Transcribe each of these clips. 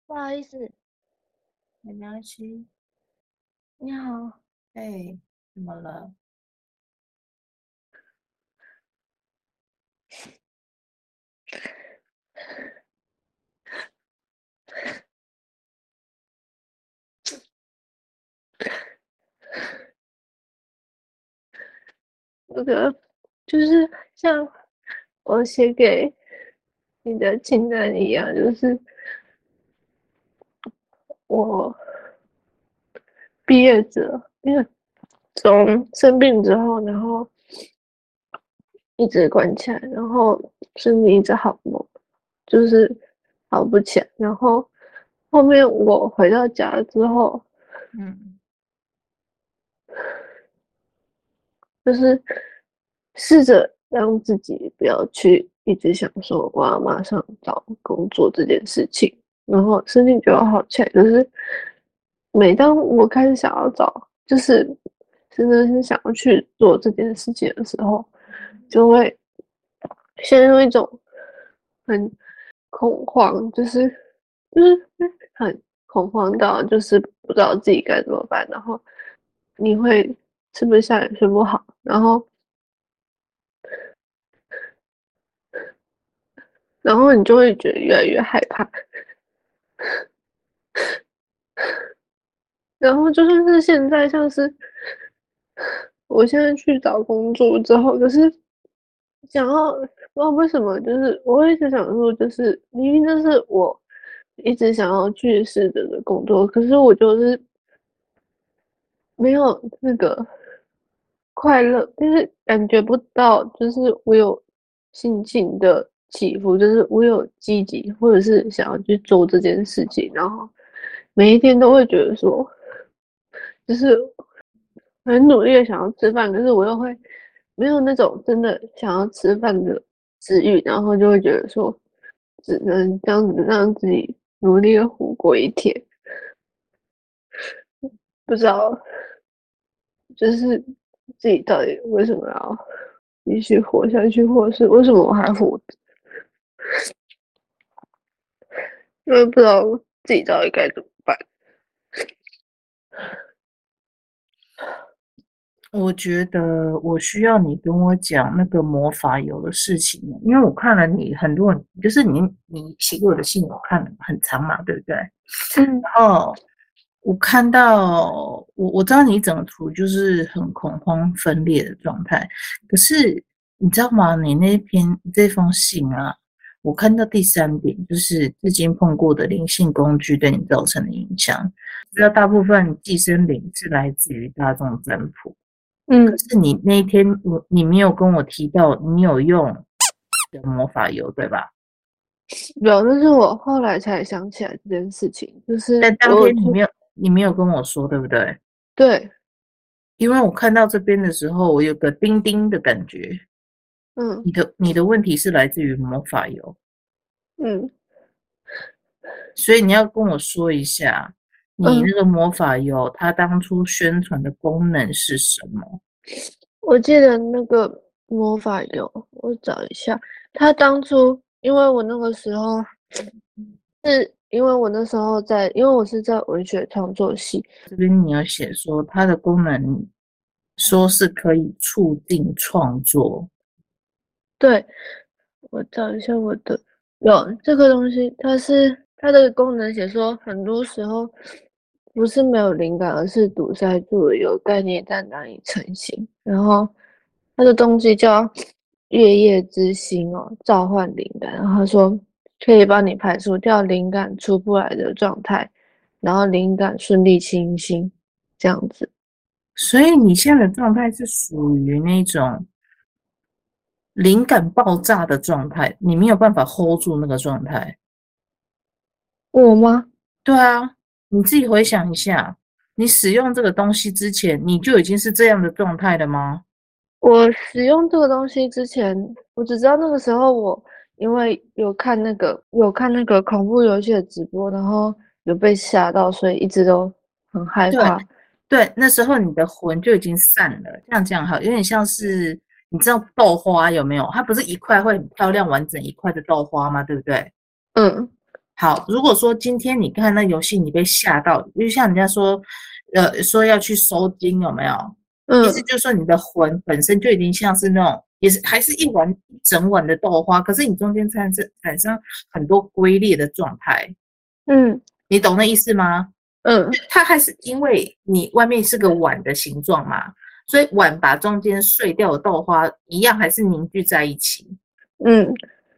不好意思， 没关系。 你好。 哎，怎么了？ 那个就是像我写给你的清单一样，就是我毕业者，因为从生病之后，然后一直关起来，然后身体一直好不，就是好不起来，然后后面我回到家之后， 嗯就是试着让自己不要去一直想说我要马上找工作这件事情，然后身体就要好起来。就是每当我开始想要找，就是真的是想要去做这件事情的时候，就会陷入一种很恐慌，就是很恐慌到就是不知道自己该怎么办，然后你会吃不下也睡不好，然后你就会觉得越来越害怕。然后就算是现在，像是我现在去找工作之后，就是想要不知道为什么，就是我会一直想说，就是明明这是我一直想要去试着的工作，可是我就是没有那个快乐，就是感觉不到，就是我有心情的起伏，就是我有积极或者是想要去做这件事情，然后每一天都会觉得说，就是很努力的想要吃饭，可是我又会没有那种真的想要吃饭的食欲，然后就会觉得说，只能这样子让自己努力的活过一天。不知道就是自己到底为什么要继续活下去，或者是为什么我还活着，因为不知道自己到底该怎么办。 我觉得我需要你跟我讲那个魔法油的事情，因为我看了你很多，就是你写给我的信，我看了很长嘛，对不对？ 嗯， 然后我看到我知道你整个图就是很恐慌分裂的状态，可是你知道吗？你这封信啊，我看到第三点就是至今碰过的灵性工具对你造成的影响。知道大部分寄生灵是来自于大众占卜，可嗯， 是你那一天你没有跟我提到你有用的魔法油，对吧？ 有，但是我后来才想起来这件事情，就是但当我去， 天你没有跟我说，对不对？ 对， 因为我看到这边的时候，我有个叮叮的感觉。 嗯你的问题是来自于魔法油， 嗯所以你要跟我说一下，你嗯， 那个魔法油它当初宣传的功能是什么？ 我记得那个魔法油，我找一下，他当初因为我那个时候是因为我那时候在，因为我是在文学创作系。 这边你有写说它的功能，说是可以促进创作。 对，我找一下我的，有这个东西，它的功能写说，很多时候不是没有灵感，而是堵塞住了，有概念但难以成型。然后它的东西叫月夜之星哦，召唤灵感。然后他说可以帮你排除掉灵感出不来的状态，然后灵感顺利清新，这样子。 所以你现在的状态是属于那种灵感爆炸的状态，你没有办法 hold 住那个状态。 我吗？ 对啊，你自己回想一下，你使用这个东西之前，你就已经是这样的状态了吗？ 我使用这个东西之前，我只知道那个时候我因为有看那个恐怖游戏的直播，然后有被吓到，所以一直都很害对怕。 对，那时候你的魂就已经散了，这样讲好，有点像是你知道豆花有没有？它不是一块会很漂亮完整一块的豆花吗？对不对？ 嗯好，如果说今天你看那游戏你被吓到，就像人家说，说要去收金有没有？意思嗯就是说你的魂本身就已经像是那种，也是还是一整碗的豆花，可是你中间产生很多龟裂的状态， 嗯你懂那意思吗？ 嗯它还是因为你外面是个碗的形状嘛，所以碗把中间碎掉的豆花一样还是凝聚在一起。 嗯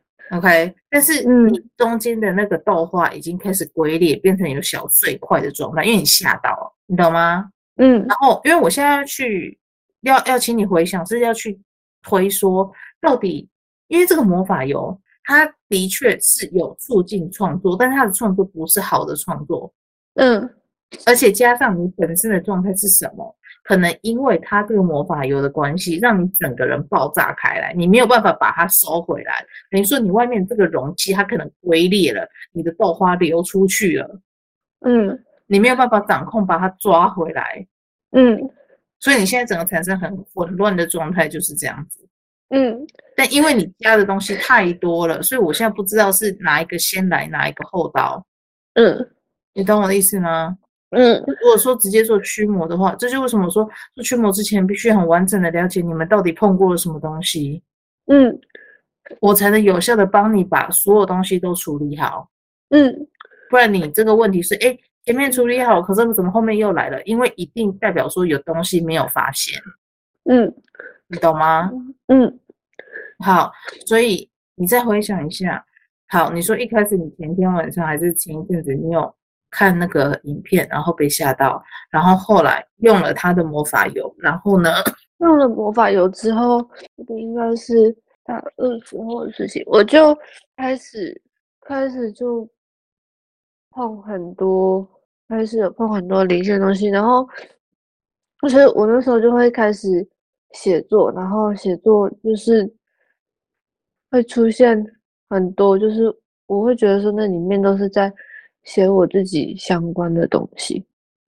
OK，但是你嗯中间的那个豆花已经开始龟裂，变成有小碎块的状态，因为你吓到了，你懂吗？ 嗯然后，因为我现在要请你回想，是要去推说到底，因为这个魔法油，它的确是有促进创作，但是它的创作不是好的创作， 嗯而且加上你本身的状态是什么？可能因为它这个魔法油的关系，让你整个人爆炸开来，你没有办法把它收回来。等于说你外面这个容器它可能龟裂了，你的豆花流出去了， 嗯你没有办法掌控把它抓回来， 嗯所以你现在整个产生很混乱的状态就是这样子。 嗯但因为你加的东西太多了，所以我现在不知道是哪一个先来，哪一个后到。 嗯你懂我的意思吗？ 嗯如果说直接做驱魔的话，这就为什么我说做驱魔之前必须很完整的了解你们到底碰过了什么东西， 嗯我才能有效的帮你把所有东西都处理好。 嗯不然你这个问题是，哎，前面处理好，可是怎么后面又来了？因为一定代表说有东西没有发现， 嗯你懂吗？ 嗯好，所以你再回想一下，好，你说一开始你前天晚上还是前一阵子，你有看那个影片，然后被吓到，然后后来用了他的魔法油，然后呢， 用了魔法油之后，这个应该是大二时候的事情，我就开始就碰很多，开始有碰很多灵性的东西，然后就是我那时候就会开始写作，然后写作就是会出现很多，就是我会觉得说那里面都是在写我自己相关的东西，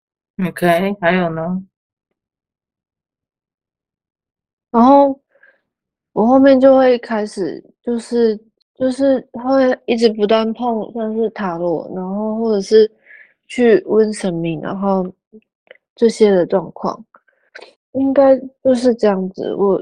OK，还有呢？ 然后我后面就会开始就是会一直不断碰像是塔罗，然后或者是去问神明，然后这些的状况，应该就是这样子。我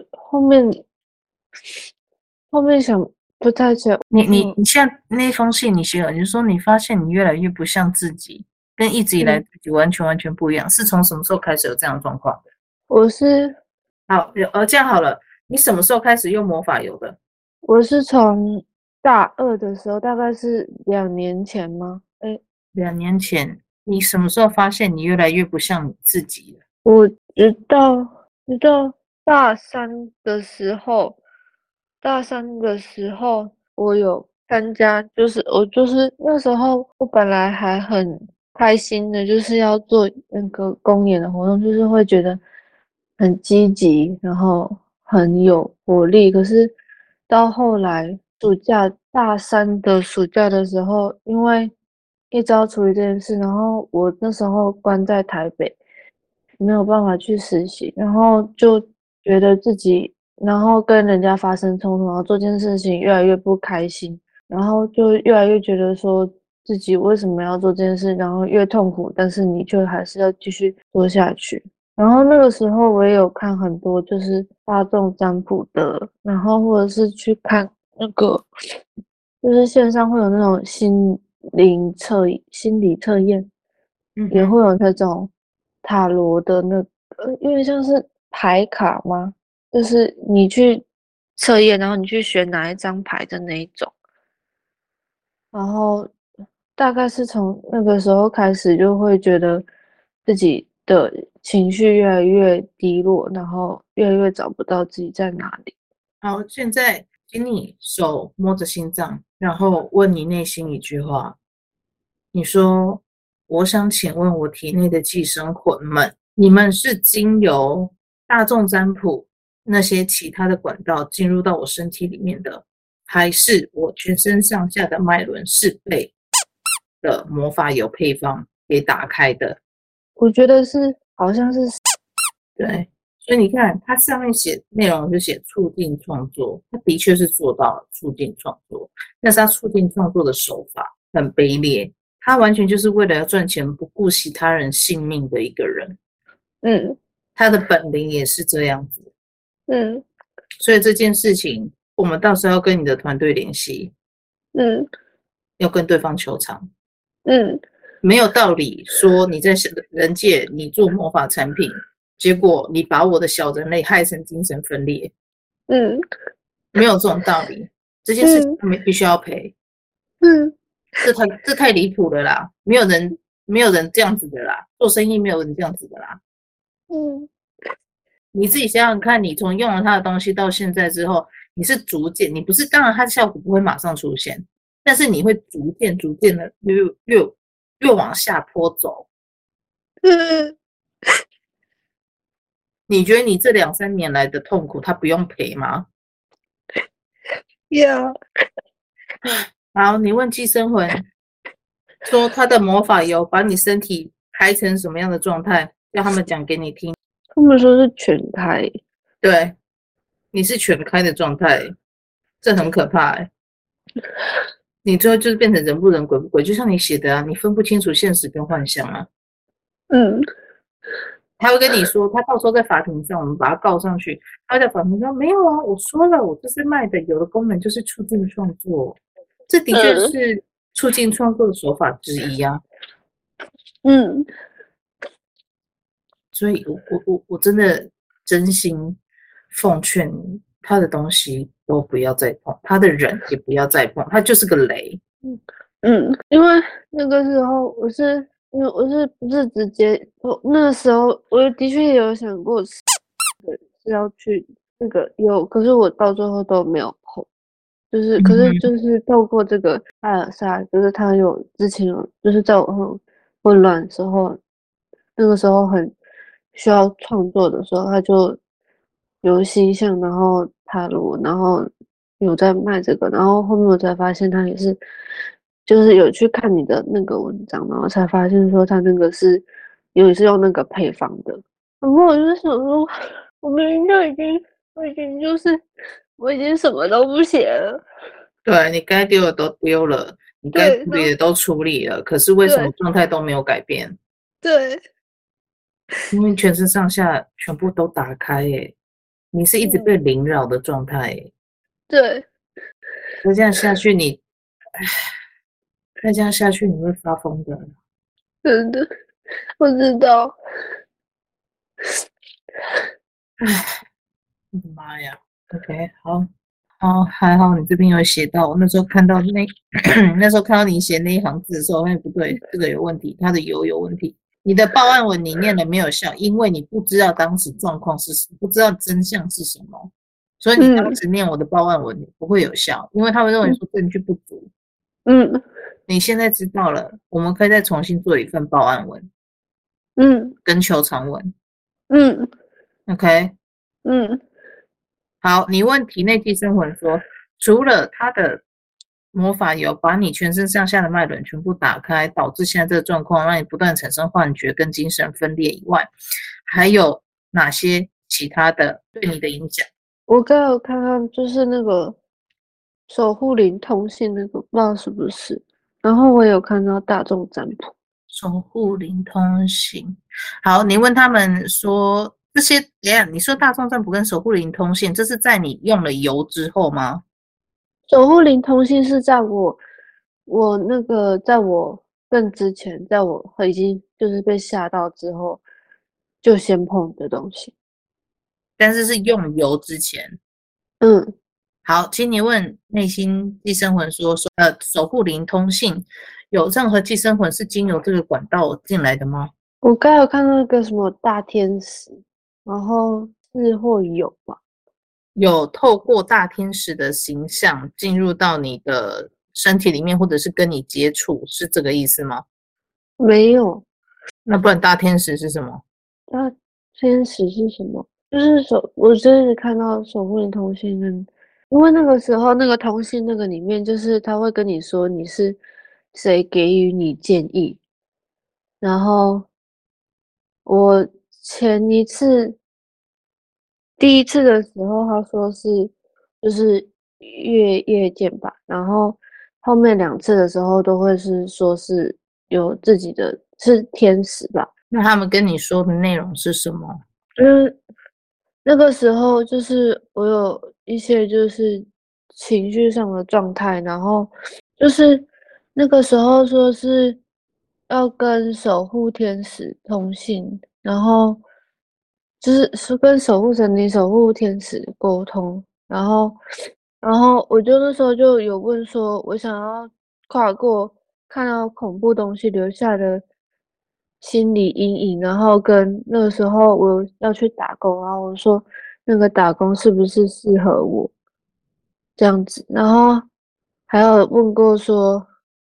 后面想不太起来， 你现在那封信你写了，你就说你发现你越来越不像自己，跟一直以来嗯， 自己完全不一样，是从什么时候开始有这样的状况？ 我是好，这样好了，你什么时候开始用魔法油的？ 我是从大二的时候，大概是2年前吗？哎， 2年前，你什么时候发现你越来越不像你自己了？ 我直到大三的时候，我有参加，我那时候我本来还很开心的，就是要做那个公演的活动，就是会觉得很积极，然后很有活力。可是到后来大三的暑假的时候，因为一直要处理这件事，然后我那时候关在台北。没有办法去实习，然后就觉得自己，然后跟人家发生冲突，然后做这件事情越来越不开心，然后就越来越觉得说自己为什么要做这件事，然后越痛苦，但是你却还是要继续做下去。然后那个时候我也有看很多就是大众占卜的，然后或者是去看那个，就是线上会有那种心理测验， 嗯哼， 也会有那种塔罗的有点像是牌卡吗？就是你去测验，然后你去选哪一张牌的那一种。然后大概是从那个时候开始，就会觉得自己的情绪越来越低落，然后越来越找不到自己在哪里。 好，现在请你手摸着心脏，然后问你内心一句话，你说：“我想请问我体内的寄生魂们，你们是经由大众占卜那些其他的管道进入到我身体里面的，还是我全身上下的脉轮是被的魔法油配方给打开的？” 我觉得是好像是对，所以你看，它上面写内容就写促进创作，它的确是做到了促进创作，但是它促进创作的手法很卑劣，他完全就是为了要赚钱，不顾惜他人性命的一个人。他的本领也是这样子。所以这件事情，我们到时候要跟你的团队联系，要跟对方求偿。没有道理说你在人界你做魔法产品，结果你把我的小人类害成精神分裂，没有这种道理。这件事情他们必须要赔。这太离谱了啦！没有人这样子的啦，做生意没有人这样子的啦。你自己想想看，你从用了他的东西到现在之后，你是逐渐，你不是当然它的效果不会马上出现，但是你会逐渐的越往下坡走。你觉得你这2-3年来的痛苦，他不用赔吗？ 要。 好，你问寄生魂，说他的魔法油把你身体开成什么样的状态，让他们讲给你听。 他们说是全开。 对，你是全开的状态，这很可怕欸。你最后就是变成人不人鬼不鬼，就像你写的啊，你分不清楚现实跟幻想啊。他会跟你说，他到时候在法庭上，我们把他告上去，他会在法庭上没有啊，我说了，我这是卖的油的功能就是促进创作，这的确是促进创作的手法之一啊。所以我真的真心奉劝你，他的东西都不要再碰，他的人也不要再碰，他就是个雷。 因为那个时候因为我是不是直接，那个时候我的确也有想过是要去那个可是我到最后都没有碰，可是就是透过这个艾尔莎，就是他之前就是在我很混乱的时候，那个时候很需要创作的时候，他就有形象，然后塔罗，然后有在卖这个，然后后面我才发现他也是，就是有去看你的那个文章，然后才发现说他那个也是用那个配方的。然后我就想说，我明明就我已经什么都不写了。 对，你该丢的都丢了，你该处理的都处理了，可是为什么状态都没有改变？ 对， 因为全身上下全部都打开耶，你是一直被凌扰的状态耶。 对， 再这样下去再这样下去你会发疯的。 真的，我知道。 我的妈呀 ！OK，好，还好你这边有写到，我那时候看到那时候看到你写那一行字的时候，发现不对，这个有问题，它的油有问题。你的报案文你念了没有效，因为你不知道当时状况是什么，不知道真相是什么，所以你当时念我的报案文你不会有效，因为他会认为说证据不足。你现在知道了，我们可以再重新做一份报案文，跟求偿文。OK。好，你问体内寄生魂说，除了他的魔法油把你全身上下的脉轮全部打开，导致现在这个状况，让你不断产生幻觉跟精神分裂以外，还有哪些其他的对你的影响？ 我刚有看看，就是那个守护灵通信那个，不知道是不是。然后我有看到大众占卜， 守护灵通信。好，你问他们说这些，等一下你说大众占卜跟守护灵通信，这是在你用了油之后吗？ 守护灵通信是在我那个在我更之前，在我已经就是被吓到之后，就先碰的东西。 但是是用油之前。好，请你问内心寄生魂说，守护灵通信有任何寄生魂是经由这个管道进来的吗？ 我刚有看到那个什么大天使，然后是或有吧？ 有透过大天使的形象进入到你的身体里面，或者是跟你接触，是这个意思吗？ 没有。 那不然大天使是什么？ 大天使是什么？就是我就是看到守护灵通信因为那个时候那个通信那个里面，就是他会跟你说你是谁给予你建议，然后我第一次的时候，他说是就是月见吧，然后后面2次的时候都会是说是有自己的是天使吧。 那他们跟你说的内容是什么？ 因为那个时候就是我有一些就是情绪上的状态，然后就是那个时候说是要跟守护天使通信，然后就是跟守护神灵、守护天使沟通，然后我就那时候就有问说，我想要跨过看到恐怖东西留下的心理阴影，然后跟那个时候我要去打工，然后我说那个打工是不是适合我这样子，然后还有问过说，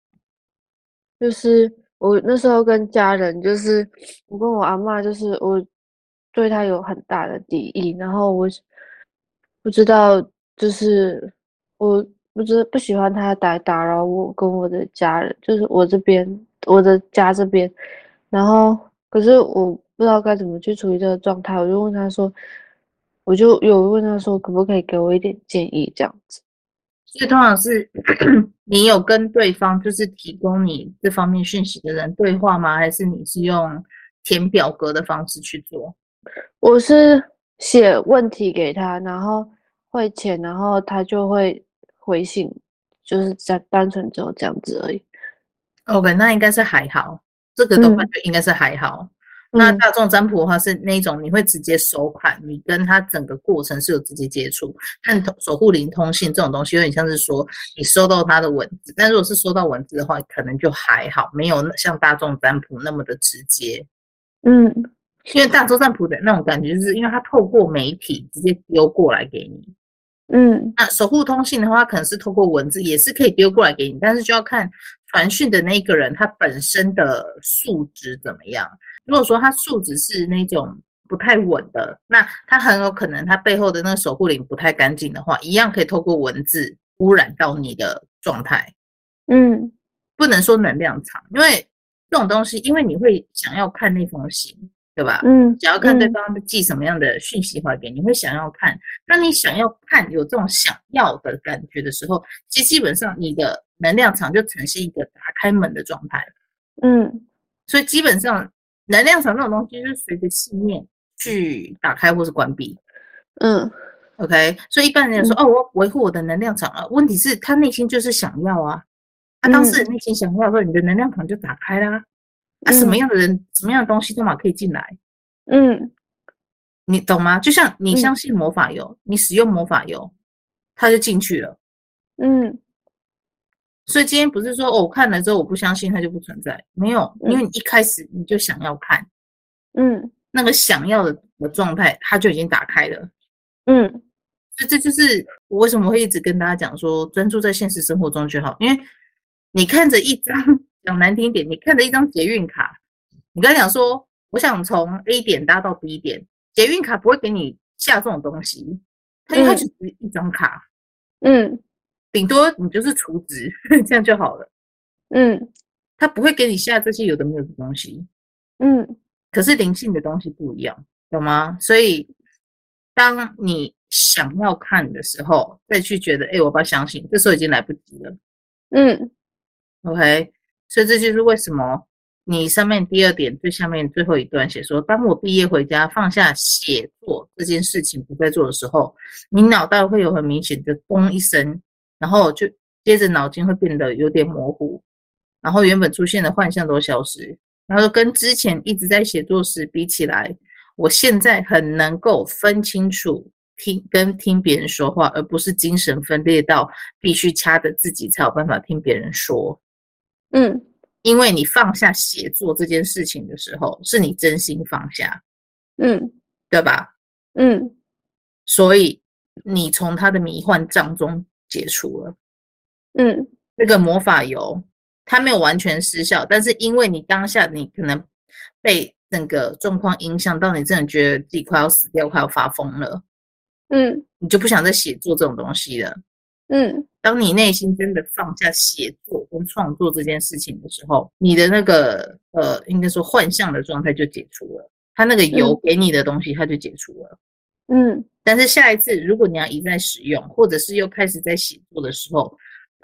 就是我那时候跟家人，就是我跟我阿嬷，就是我对她有很大的敌意，然后我不知道，就是我不喜欢她打扰我跟我的家人，就是我这边我的家这边，然后可是我不知道该怎么去处理这个状态，我就问她说，我就有问她说可不可以给我一点建议这样子。 所以通常是你有跟对方就是提供你这方面讯息的人对话吗？还是你是用填表格的方式去做我是写问题给他，然后汇钱，然后他就会回信，就是单纯只有这样子而已。 ？OK，那应该是还好，这个的话嗯就应该是还好。那嗯大众占卜的话是那种你会直接收款，你跟他整个过程是有直接接触。但守护灵通信这种东西有点像是说你收到他的文字，但如果是收到文字的话，可能就还好，没有像大众占卜那么的直接。 嗯因为大众占卜的那种感觉，就是因为它透过媒体直接丢过来给你。 嗯那守护通信的话，可能是透过文字，也是可以丢过来给你，但是就要看传讯的那个人他本身的素质怎么样。如果说他素质是那种不太稳的，那他很有可能他背后的那个守护灵不太干净的话，一样可以透过文字污染到你的状态。 嗯不能说能量场，因为这种东西，因为你会想要看那封信，对吧？ 嗯想要看对嗯方寄什么样的讯息回来给你，你会想要看。当你想要看有这种想要的感觉的时候，其实基本上你的能量场就呈现一个打开门的状态。 嗯所以基本上能量场这种东西就是随着信念去打开或是关闭。 嗯 OK，所以一般人说嗯哦，我维护我的能量场啊，问题是他内心就是想要啊，他当事嗯人内心想要的时候，你的能量场就打开啦。啊，什么嗯样的人、什么样的东西都嘛可以进来， 嗯你懂吗？就像你嗯相信魔法油，你使用魔法油，它就进去了。 嗯所以今天不是说哦，我看了之后我不相信它就不存在，没有，因为嗯你一开始你就想要看嗯那个想要的状态，它就已经打开了。 嗯所以这就是我为什么会一直跟大家讲说，专注在现实生活中就好，因为你看着一张讲难听一点，你看着一张捷运卡，你跟他讲说，我想从 A 点搭到 B 点，捷运卡不会给你下这种东西，因为它就嗯是一张卡， 嗯顶多你就是储值这样就好了， 嗯它不会给你下这些有的没有的东西。 嗯可是灵性的东西不一样，懂吗？所以当你想要看的时候，再去觉得，哎，我不要相信，这时候已经来不及了。 嗯 OK，所以这就是为什么你上面第二点最下面最后一段写说，当我毕业回家放下写作这件事情不再做的时候，你脑袋会有很明显的咚一声，然后就接着脑筋会变得有点模糊，然后原本出现的幻象都消失，然后跟之前一直在写作时比起来，我现在很能够分清楚听别人说话，而不是精神分裂到必须掐着自己才有办法听别人说。 嗯因为你放下写作这件事情的时候，是你真心放下， 嗯对吧？ 嗯所以你从他的迷幻障中解除了。 嗯这个魔法油它没有完全失效，但是因为你当下你可能被整个状况影响到，你真的觉得自己快要死掉，快要发疯了， 嗯你就不想再写作这种东西了。 嗯当你内心真的放下写作跟创作这件事情的时候，你的那个应该说幻象的状态就解除了，它那个油给你的东西它就解除了。 嗯但是下一次如果你要一再使用，或者是又开始在写作的时候，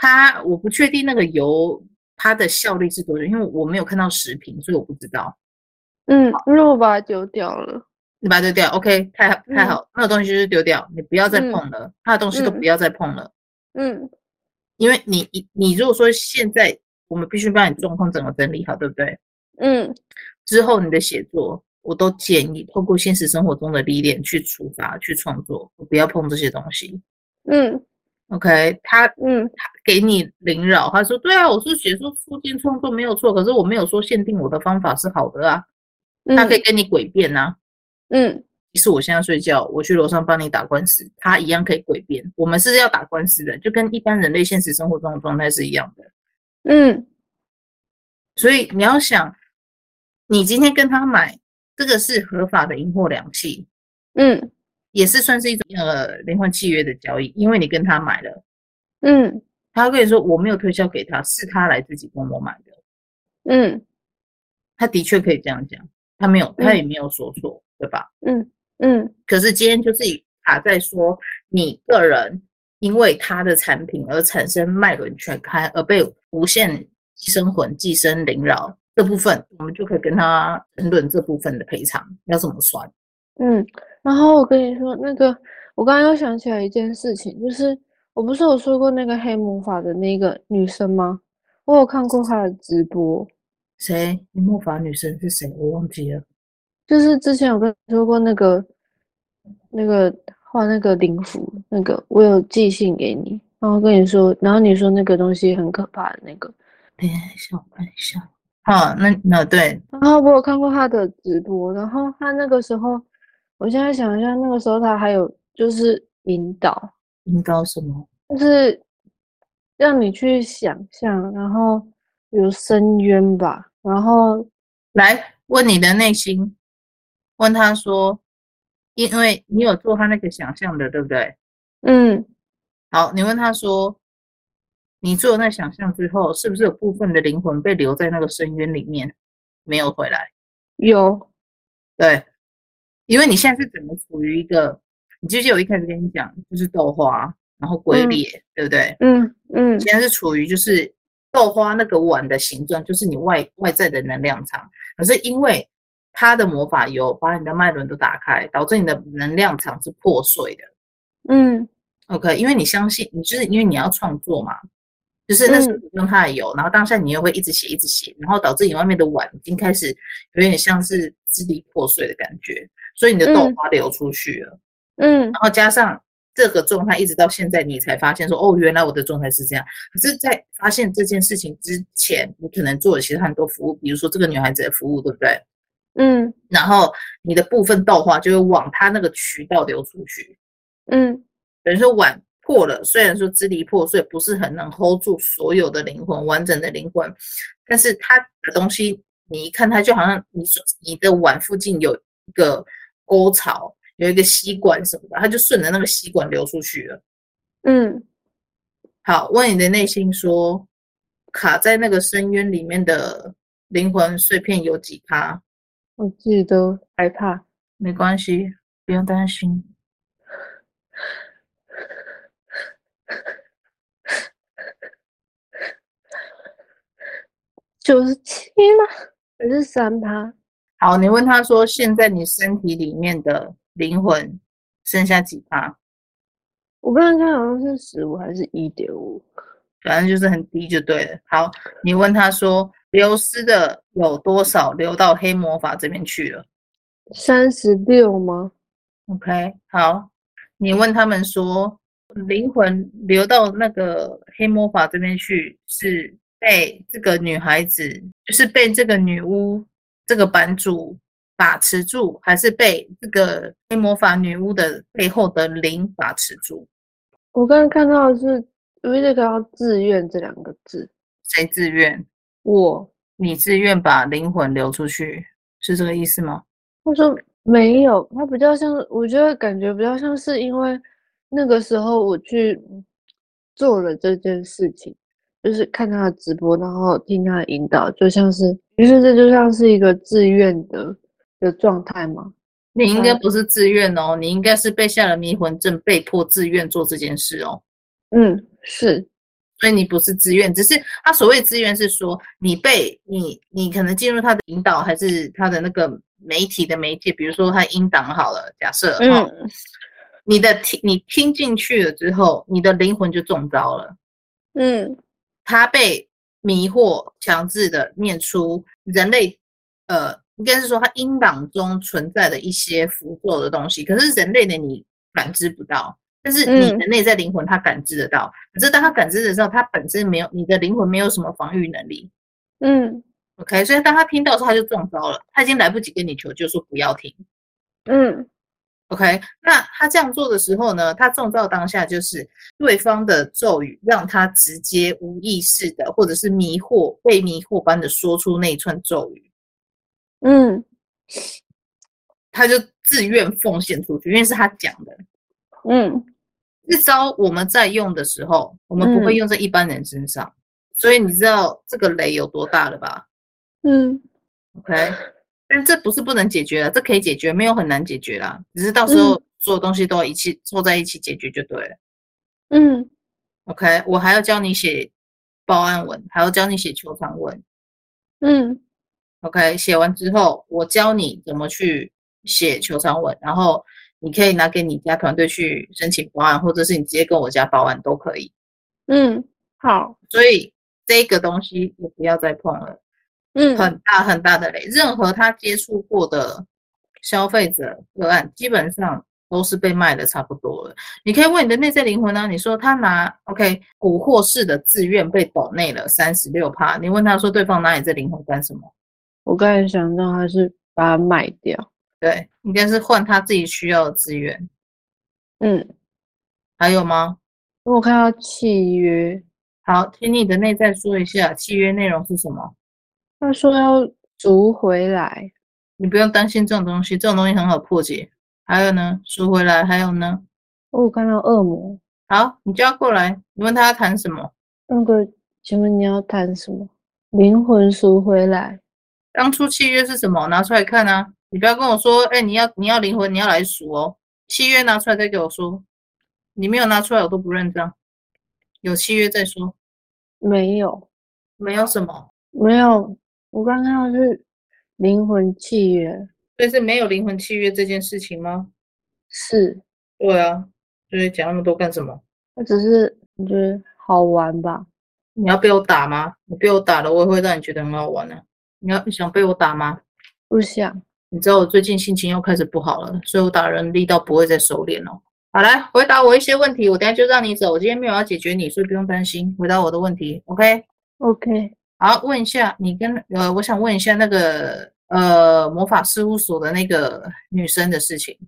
我不确定那个油它的效力是多久，因为我没有看到食品，所以我不知道。 因为我把它丢掉了。 你把它丢掉，OK，太嗯好，那个东西就是丢掉，你不要再嗯碰了，它的东西都不嗯要再碰了， 嗯因为你如果说现在我们必须把你状况整个整理好，对不对？ 嗯之后你的写作，我都建议透过现实生活中的历练去出发去创作，不要碰这些东西。 嗯 OK，他嗯给你灵扰，他说对啊，我是写作促进创作没有错，可是我没有说限定我的方法是好的啊，他可以嗯跟你诡辩啊。 嗯即使我现在睡觉，我去楼上帮你打官司，他一样可以诡辩。我们是要打官司的，就跟一般人类现实生活中的状态是一样的。 嗯所以你要想，你今天跟他买这个是合法的银货两讫， 嗯也是算是一种灵魂契约的交易，因为你跟他买了， 嗯他会跟你说我没有推销给他，是他来自己跟我买的， 嗯他的确可以这样讲，他也嗯没有说错，对吧？ 嗯嗯可是今天就是卡在说你个人因为他的产品而产生脉轮全开，而被无限寄生魂、寄生灵扰这部分，我们就可以跟他争论这部分的赔偿要怎么算。 嗯，然后我跟你说，我刚刚又想起来一件事情，就是我不是有说过那个黑魔法的那个女生吗？我有看过她的直播， 谁？魔法女神是谁？我忘记了。 就是之前有跟你说过那个画那个灵符那个，我有寄信给你，然后跟你说，然后你说那个东西很可怕的那个， 等一下，我看一下。好，那对， 然后我有看过她的直播，然后她那个时候，我现在想一下，那个时候她还有就是引导。 引导什么？ 就是让你去想象，然后有深渊吧，然后来问你的内心，问他说，因为你有做他那个想象的，对不对？ 嗯好，你问他说，你做那想象之后，是不是有部分的灵魂被留在那个深渊里面，没有回来？ 有对，因为你现在是整个处于一个，你记不记得我一开始跟你讲，就是豆花，然后龟嗯裂，对不对？ 嗯现在是处于就是豆花那个碗的形状，就是你外在的能量场。可是因为它的魔法油把你的脉轮都打开，导致你的能量场是破碎的。 嗯 OK，因为你相信，你就是因为你要创作嘛，就是那时候嗯你用它的油，然后当下你又会一直写一直写，然后导致你外面的碗已经开始有点像是支离破碎的感觉，所以你的豆花流出去了。 嗯然后加上这个状态一直到现在，你才发现说，哦，原来我的状态是这样。可是，在发现这件事情之前，你可能做了其实很多服务，比如说这个女孩子的服务，对不对？ 嗯然后你的部分豆花就会往她那个渠道流出去， 嗯等于说碗破了，虽然说支离破碎，不是很能 hold 住所有的灵魂，完整的灵魂，但是它的东西，你一看它就好像你的碗附近有一个沟槽，有一个吸管什么的，它就顺着那个吸管流出去了。 嗯， 好，问你的内心说，卡在那个深渊里面的灵魂碎片有几趴？ 我自己都害怕， 没关系，不用担心。 97吗？还是3%？ 好，你问他说，现在你身体里面的灵魂剩下几趴？ 我刚刚看好像是15还是1.5， 反正就是很低就对了。好，你问他说，流失的有多少流到黑魔法这边去了 36吗？ ？OK，好，你问他们说，灵魂流到那个黑魔法这边去，是被这个女孩子，就是被这个女巫这个版主把持住，还是被这个黑魔法女巫的背后的灵把持住？ 我刚刚看到的是，我一直看到自愿这两个字， 谁自愿？ 我。 你自愿把灵魂流出去，是这个意思吗？ 他说没有，他比较像，我觉得感觉比较像是因为那个时候我去做了这件事情，就是看他的直播，然后听他的引导，就像是，于是这就像是一个自愿的状态嘛。 你应该不是自愿哦，你应该是被下了迷魂阵，被迫自愿做这件事哦。 嗯，是， 所以你不是自愿，只是他所谓自愿是说你可能进入他的引导，还是他的那个媒体的媒介，比如说他音档好了，假设你听进去了之后，你的灵魂就中招了。他被迷惑，强制的念出人类应该是说他音档中存在的一些符咒的东西，可是人类的你感知不到，但是你的内在灵魂他感知得到。可是当他感知的时候，他本身没有，你的灵魂没有什么防御能力。OK， 所以当他听到的时候，他就中招了，他已经来不及跟你求救，说不要听。OK， 那他这样做的时候呢，他中招当下就是对方的咒语让他直接无意识的，或者是被迷惑般的说出那一串咒语。他就自愿奉献出去，因为是他讲的。这招我们在用的时候，我们不会用在一般人身上，所以你知道这个雷有多大了吧？OK。但这不是不能解决了，这可以解决，没有很难解决啦，只是到时候所有东西都要一起凑在一起解决就对了。OK， 我还要教你写报案文，还要教你写求偿文。OK， 写完之后，我教你怎么去写求偿文，然后你可以拿给你家团队去申请报案，或者是你直接跟我家报案都可以。 好， 所以这个东西也不要再碰了。很大很大的雷，任何他接触过的消费者个案，基本上都是被卖的差不多了。你可以问你的内在灵魂啊，你说他拿 OK 蛊惑式的自愿被抖内了36%，你问他说对方拿你这灵魂干什么？ 我刚才想到他是把它卖掉， 对，应该是换他自己需要的资源。还有吗？ 我看到契约， 好，请你的内在说一下契约内容是什么。 他说要赎回来， 你不用担心这种东西，这种东西很好破解。还有呢，赎回来，还有呢？ 我有看到恶魔。 好，你叫他过来，你问他要谈什么？ 请问你要谈什么？灵魂赎回来。 当初契约是什么？拿出来看啊！你不要跟我说，你要灵魂，你要来赎哦。契约拿出来再给我说，你没有拿出来我都不认账。有契约再说。 没有， 没有什么？ 没有。我刚看到是灵魂契约， 所以是没有灵魂契约这件事情吗？ 是。 对啊，所以讲那么多干什么？ 那只是你觉得好玩吧？ 你要被我打吗？你被我打了，我也会让你觉得很好玩啊。你想被我打吗？ 不想。 你知道我最近心情又开始不好了，所以我打人力道不会再收敛哦。好，来回答我一些问题，我等下就让你走。我今天没有要解决你，所以不用担心。回答我的问题 ，OK？ 好，问一下你我想问一下那个魔法事务所的那个女生的事情。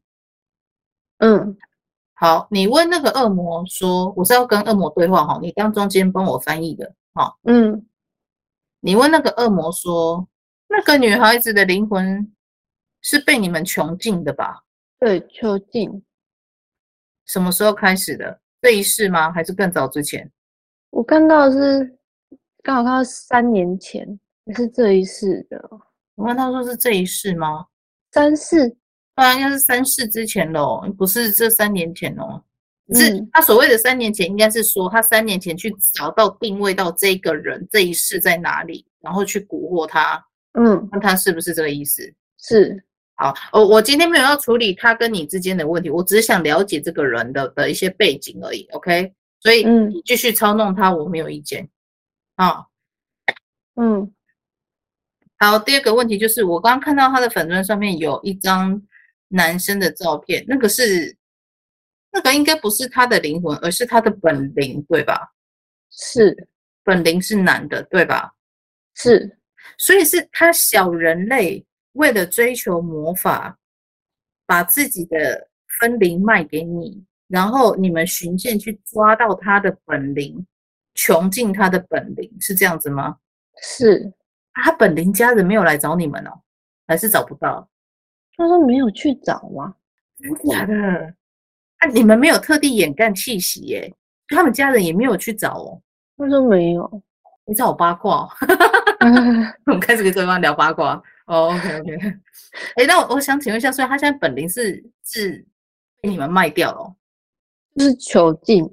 好，你问那个恶魔说，我是要跟恶魔对话哈，你当中间帮我翻译的哈。你问那个恶魔说，那个女孩子的灵魂是被你们囚禁的吧？ 对，囚禁。 什么时候开始的？这一世吗？还是更早之前？ 我看到的是刚好看到3年前，也是这一世的。 我问他说是这一世吗 ？3世。 当然应该是3世之前咯，不是这3年前哦。是他所谓的3年前，应该是说他3年前去找到定位到这个人这一世在哪里，然后去蛊惑他。那他是不是这个意思？ 是。 好，我今天没有要处理他跟你之间的问题，我只是想了解这个人的一些背景而已 ，OK？ 所以你继续操弄他，我没有意见。好，第二个问题就是我刚刚看到他的粉专上面有一张男生的照片，那个应该不是他的灵魂，而是他的本灵，对吧？ 是。 本灵是男的，对吧？ 是。 所以是他小人类为了追求魔法，把自己的分灵卖给你，然后你们循线去抓到他的本灵，穷尽他的本灵，是这样子吗？ 是。 他本灵家人没有来找你们哦，还是找不到？ 他说没有去找吗？ 真的假的？你们没有特地掩盖气息耶，他们家人也没有去找哦。 他说没有。 你找我八卦哦。我们开始跟对方聊八卦哦。OK。那我想请问一下，所以他现在本灵是被你们卖掉了哦？ 就是囚禁。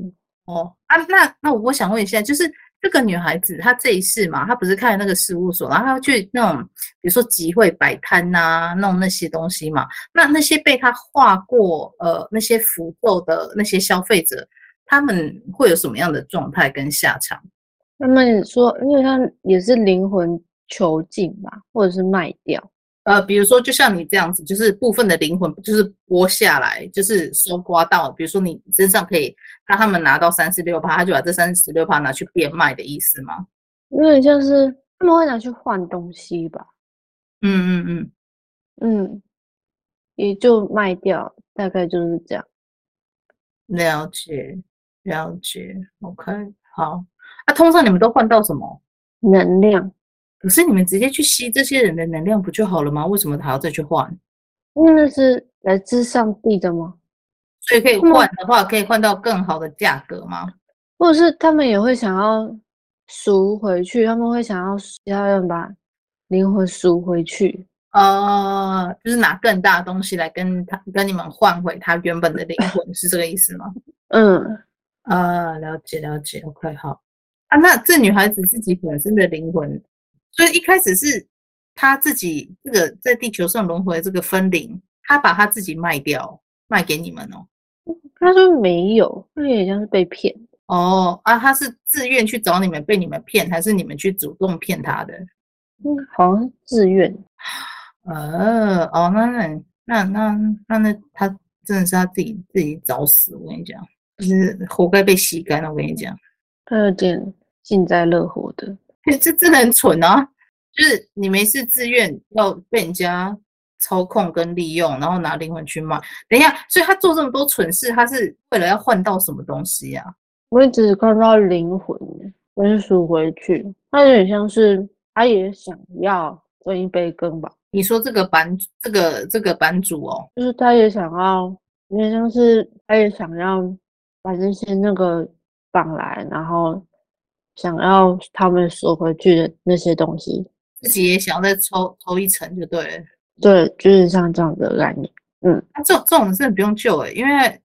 哦啊，那我想问一下，就是这个女孩子她这一世嘛，她不是开了那个事务所，然后她要去那种比如说集会摆摊呐，弄那些东西嘛，那些被她画过那些符咒的那些消费者，他们会有什么样的状态跟下场？ 他们说，因为他也是灵魂囚禁吧，或者是卖掉。 比如说就像你这样子，就是部分的灵魂就是剥下来，就是收刮到，比如说你身上可以让他们拿到36%，他就把这36%拿去变卖的意思吗？ 有点像是他们会拿去换东西吧， 嗯嗯嗯。 嗯，也就卖掉，大概就是这样。 了解，了解，OK，好。那通常你们都换到什么？ 能量， 可是你们直接去吸这些人的能量不就好了吗？为什么还要再去换？ 因为那是来自上帝的吗？ 所以可以他们换的话，可以换到更好的价格吗？ 或者是他们也会想要赎回去，他们会想要其他人把灵魂赎回去。 就是拿更大的东西来跟你们换回他原本的灵魂，是这个意思吗？ 嗯， 了解了解，OK，好。啊，那这女孩子自己本身的灵魂，所以一开始是她自己这个在地球上轮回这个分灵，她把她自己卖掉，卖给你们哦。 他说没有，那有点像是被骗。 哦，啊，她是自愿去找你们，被你们骗，还是你们去主动骗她的？ 好像是自愿。 哦，那她真的是她自己找死，我跟你讲，就是活该被吸干了，我跟你讲。 他有点幸灾乐祸的。 这真的很蠢啊！就是你没事自愿要被人家操控跟利用，然后拿灵魂去卖。等一下，所以他做这么多蠢事，他是为了要换到什么东西呀、 我也只看到灵魂，跟赎回去，他有点像是他也想要分一杯羹吧， 你说这个版主哦， 就是他也想要，有点像是他也想要把这些那个绑来，然后想要他们赎回去的那些东西。 自己也想要再抽一层就对了。 对，就是像这样的概念。嗯， 那这种真的不用救因为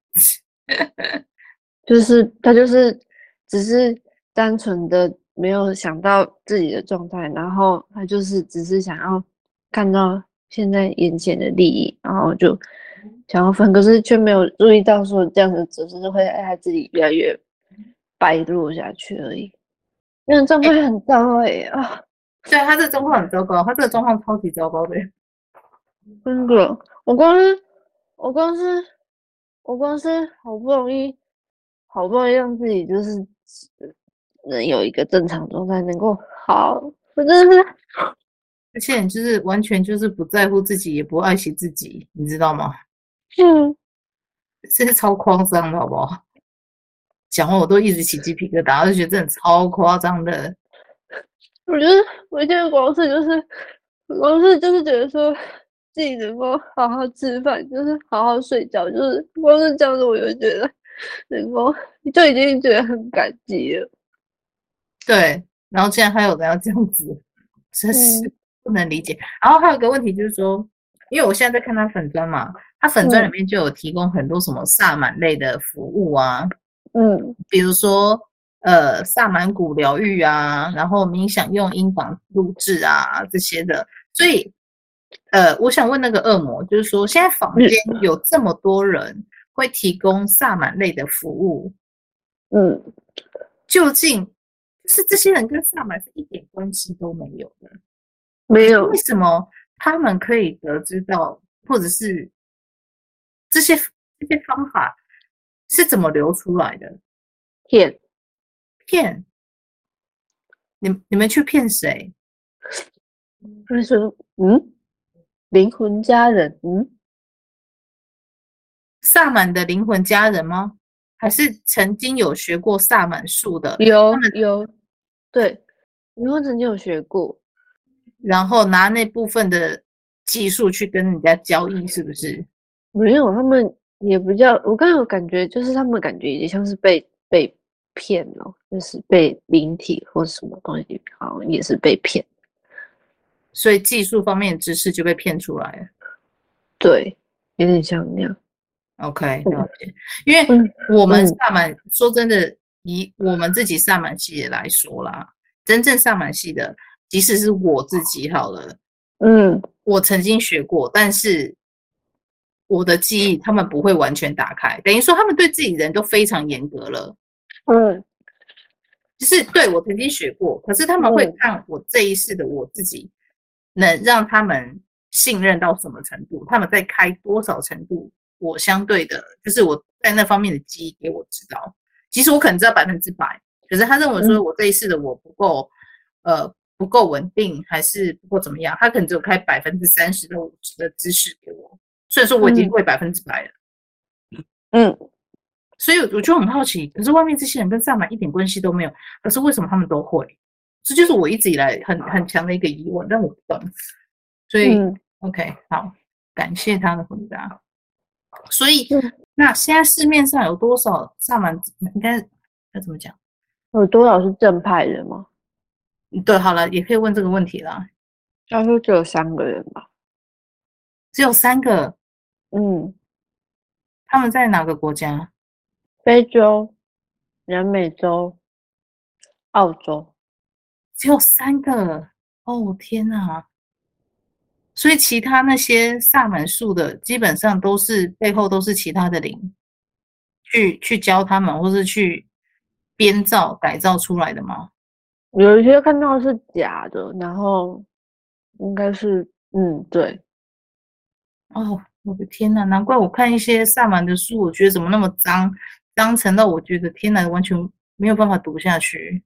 就是他就是只是单纯的没有想到自己的状态，然后他就是只是想要看到现在眼前的利益，然后就想要分，可是却没有注意到说这样子只是会让他自己越来越败落下去而已。那状态很糟啊！ 对他这个状况很糟糕，他这个状况超级糟糕的。 真的，我光是我光是好不容易让自己就是能有一个正常状态，能够好，我真的是， 而且你就是完全就是不在乎自己，也不爱惜自己，你知道吗？ 嗯， 这是超夸张的，好不好？讲完我都一直起鸡皮疙瘩，就觉得真的超夸张的。 我觉得我现在光是就是觉得说自己能够好好吃饭，就是好好睡觉，就是光是这样子，我就觉得能够就已经觉得很感激了。 对，然后竟然还有人要这样子，真是嗯不能理解。然后还有个问题就是说，因为我现在在看他粉砖嘛，他粉砖里嗯面就有提供很多什么萨满类的服务啊， 嗯， 比如说萨满骨疗愈啊，然后冥想用音档录制啊这些的。所以我想问那个恶魔，就是说现在坊间有这么多人会提供萨满类的服务， 嗯， 究竟就是这些人跟萨满是一点关系都没有的？ 没有为什么他们可以得知到，或者是这些方法是怎么流出来的？ 骗， 骗你们去骗谁？ 他说灵魂家人， 萨满的灵魂家人吗？还是曾经有学过萨满术的， 有，对，灵魂曾经有学过， 然后拿那部分的技术去跟人家交易，是不是？ 没有，他们也不叫，我刚刚有感觉，就是他们感觉也像是被骗了，就是被灵体或什么东西，好像也是被骗， 所以技术方面的知识就被骗出来了。 对，有点像那样， OK， 嗯了解。因为嗯我们嗯萨满说真的， 以我们自己萨满系的来说啦，真正萨满系的，即使是我自己好了，我曾经学过，但是我的记忆他们不会完全打开，等于说他们对自己人都非常严格了。就是对我曾经学过，可是他们会看我这一世的我自己能让他们信任到什么程度，他们在开多少程度，我相对的，就是我在那方面的记忆给我知道。其实我可能知道100%，可是他认为说我这一世的我不够稳定，还是不够怎么样，他可能只有开30%到50%的知识给我。虽然说我已经会100%了，所以我就很好奇，可是外面这些人跟萨满一点关系都没有，可是为什么他们都会？这就是我一直以来很强的一个疑问，但我不懂。所以，OK， 好，感谢他的回答。所以，那现在市面上有多少萨满？应该要怎么讲？ 有多少是正派的吗？ 对，好了，也可以问这个问题啦。 要说只有3个人吧。 只有3个。他们在哪个国家？ 非洲、南美洲、澳洲。 只有3个。哦，天哪！所以其他那些萨满术的，基本上都是背后都是其他的灵去教他们，或是去编造改造出来的吗？ 有一些看到是假的，然后应该是对。 哦，我的天哪！难怪我看一些萨满的书，我觉得怎么那么脏，脏成到我觉得天哪，完全没有办法读下去。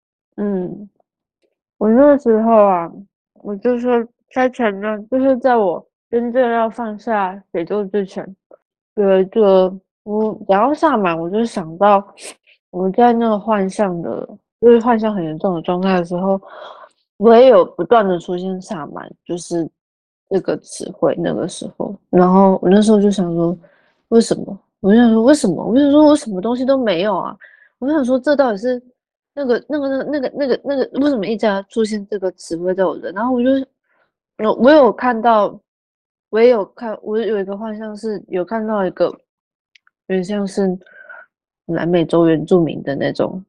我那个时候啊，我就是在前呢，就是在我真正要放下北周之前，有一个讲到萨满，我就想到我在那个幻象的，就是幻象很严重的状态的时候，我也有不断的出现萨满，就是这个词汇那个时候，然后我那时候就想说，为什么？我就想说为什么？我就说我什么东西都没有啊！我就想说这到底是那个，为什么一直要出现这个词汇在我的？然后我有看到，我也有看，我有一个幻象是有看到一个，有点像是南美洲原住民的那种，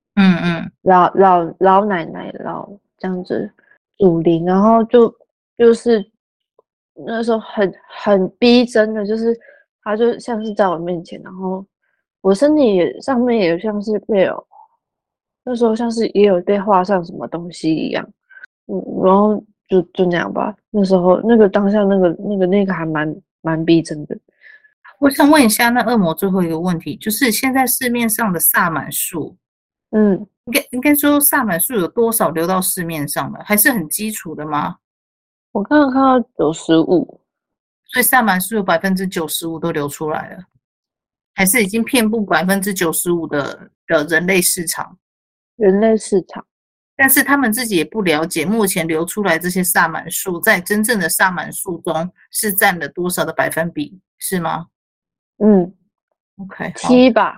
老奶奶这样子祖灵，然后就是那时候很逼真的，就是他就像是在我面前，然后我身体也上面也像是被有。那时候像是也有被画上什么东西一样，然后就那样吧。那时候那个当下那个还蛮逼真的。 我想问一下，那恶魔最后一个问题，就是现在市面上的萨满术，应该说萨满术有多少流到市面上了？还是很基础的吗？ 我刚刚看到95%， 所以萨满术有95%都流出来了，还是已经遍布95%的人类市场？ 人类市场。 但是他们自己也不了解，目前流出来这些萨满术，在真正的萨满术中是占了多少的百分比，是吗？OK， 好 7吧。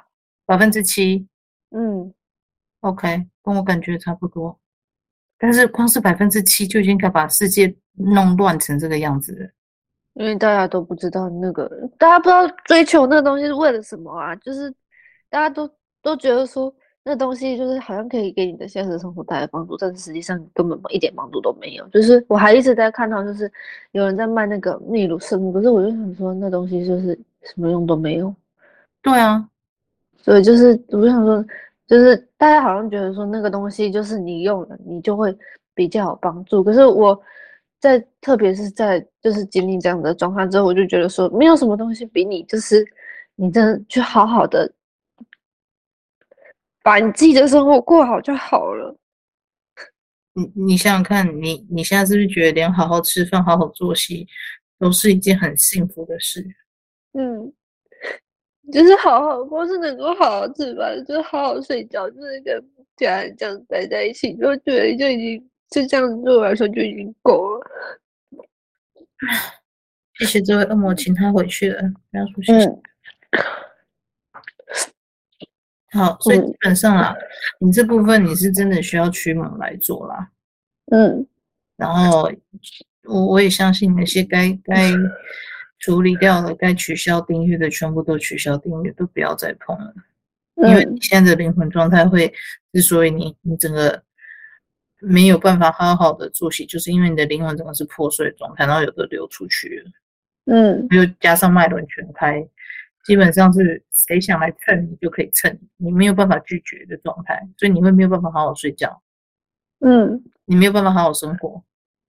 7%。OK，跟我感觉差不多。但是光是7%就已经可以把世界弄乱成这个样子了。 因为大家都不知道大家不知道追求那个东西是为了什么啊？就是大家都觉得说那东西就是好像可以给你的现实生活带来帮助，但是实际上根本一点帮助都没有。就是我还一直在看到，就是有人在卖那个秘鲁圣，可是我就想说那东西就是什么用都没有。 对啊， 所以就是我就想说，就是大家好像觉得说那个东西就是你用了你就会比较有帮助，可是我特别是在就是经历这样的状态之后，我就觉得说没有什么东西比你就是你真的去好好的把你自己的生活过好就好了。 你想想看，你现在是不是觉得连好好吃饭、好好作息都是一件很幸福的事？ 嗯，就是好好光是能够好好吃饭，就是好好睡觉，就是跟家人这样待在一起，就觉得就已经就这样对我来说就已经够了。 谢谢这位恶魔，请他回去了，不要说谢谢。好，所以基本上啊，你这部分你是真的需要驱魔来做啦。然后我也相信那些该处理掉的、该取消订阅的，全部都取消订阅，都不要再碰了。 因为你现在的灵魂状态之所以你整个没有办法好好的作息，就是因为你的灵魂整个是破碎的状态，然后有的流出去了，又加上脉轮全开，基本上是谁想来蹭你就可以蹭你，你没有办法拒绝的状态，所以你会没有办法好好睡觉，你没有办法好好生活，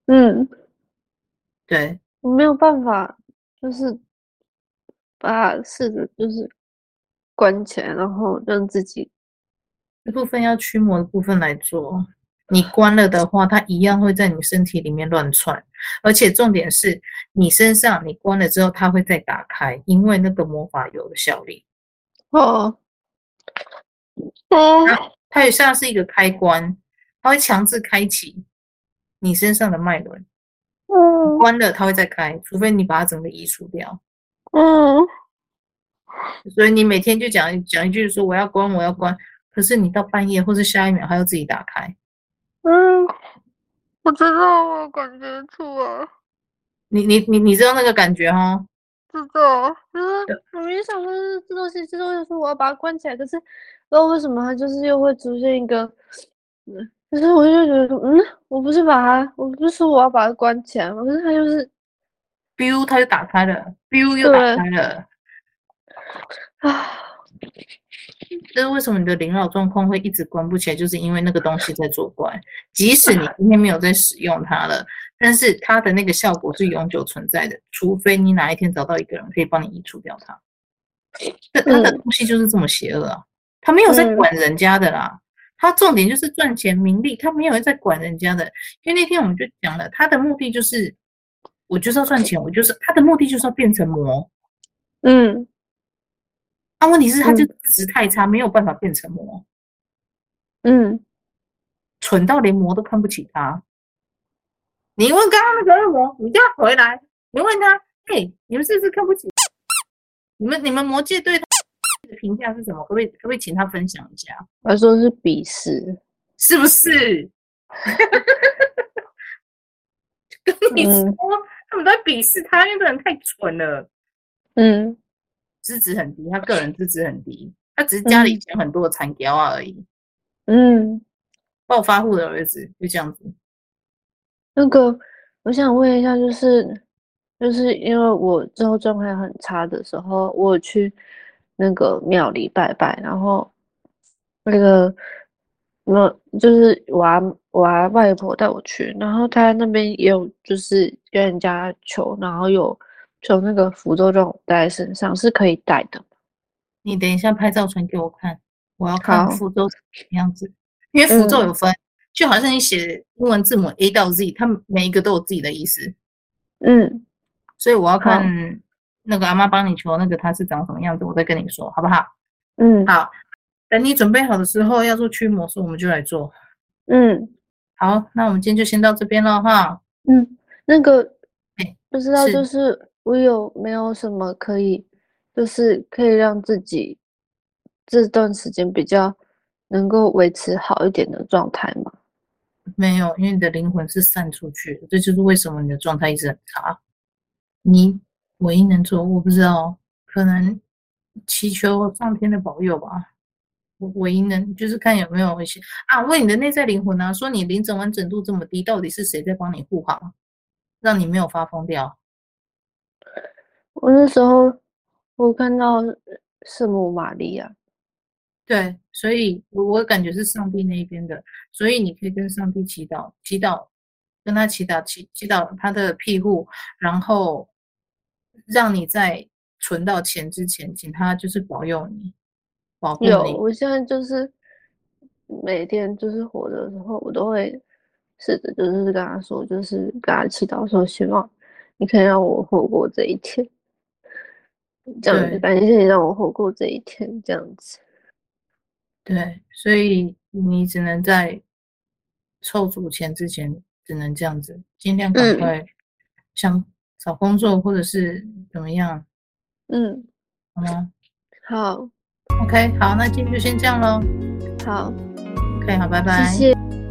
对， 我没有办法，就是试着就是关起来，然后让自己这部分要驱魔的部分来做。你关了的话，它一样会在你身体里面乱窜，而且重点是你身上你关了之后，它会再打开，因为那个魔法有了效力。它也像是一个开关，它会强制开启你身上的脉轮。关了它会再开，除非你把它整个移除掉。所以你每天就讲一句说我要关，我要关，可是你到半夜或是下一秒，它又自己打开。 我知道，我感觉出来。 你知道那个感觉哈？ 知道，就是我明想说是这东西，这东西说我要把它关起来，可是不知道为什么它就是又会出现一个，可是我就觉得，我不是说我要把它关起来吗？可是它就是 ，biu 它就打开了，biu 又打开了。这是为什么你的灵脑状况会一直关不起来，就是因为那个东西在作怪。即使你今天没有在使用它了，但是它的那个效果是永久存在的，除非你哪一天找到一个人可以帮你移除掉它。它的东西就是这么邪恶啊！他没有在管人家的啦，他重点就是赚钱名利，他没有在管人家的。因为那天我们就讲了，他的目的就是我就是要赚钱，他的目的就是要变成魔。问题是他就资质太差，没有办法变成魔。蠢到连魔都看不起他。你问刚刚那个恶魔，你叫他回来，你问他，你们是不是看不起？你们魔界对他的评价是什么？可不可以请他分享一下？ 他说是鄙视， 是不是？跟你说，他们在鄙视他，因为这人太蠢了。资质很低，他个人资质很低，他只是家里钱很多的残雕而已。暴发户的儿子就这样子。 那个，我想问一下，就是因为我之后状态很差的时候，我有去那个庙里拜拜，然后那个就是我外婆带我去，然后她那边也有就是跟人家求，然后有求那个符咒让我带在身上，是可以带的。 你等一下拍照传给我看，我要看符咒什么样子，因为符咒有分，就好像你写英文字母 A 到 Z， 它每一个都有自己的意思。所以我要看那个阿妈帮你求那个它是长什么样子，我再跟你说，好不好？好，等你准备好的时候要做驱魔术，我们就来做。好，那我们今天就先到这边了哈。 那个不知道就是我有没有什么可以让自己这段时间比较能够维持好一点的状态吗？ 没有，因为你的灵魂是散出去的，这就是为什么你的状态一直很差。你唯一能做，我不知道，可能祈求上天的保佑吧。我唯一能就是看有没有一些问你的内在灵魂啊，说你灵整完整度这么低，到底是谁在帮你护航，让你没有发疯掉？ 我那时候我看到圣母玛利亚， 对，所以我感觉是上帝那边的，所以你可以跟上帝祈祷，跟他祈祷他的庇护，然后让你在存到钱之前，请他就是保佑你，保护你。 我现在就是每天就是活的时候，我都会试着就是跟他说，就是跟他祈祷说，希望你可以让我活过这一天。这样子，感谢你让我活过这一天，这样子。 对，所以你只能在凑足钱之前，只能这样子，尽量赶快想找工作或者是怎么样。好吗？ 好。 OK，好，那今天就先这样咯。 好。 OK，好，拜拜。 谢谢。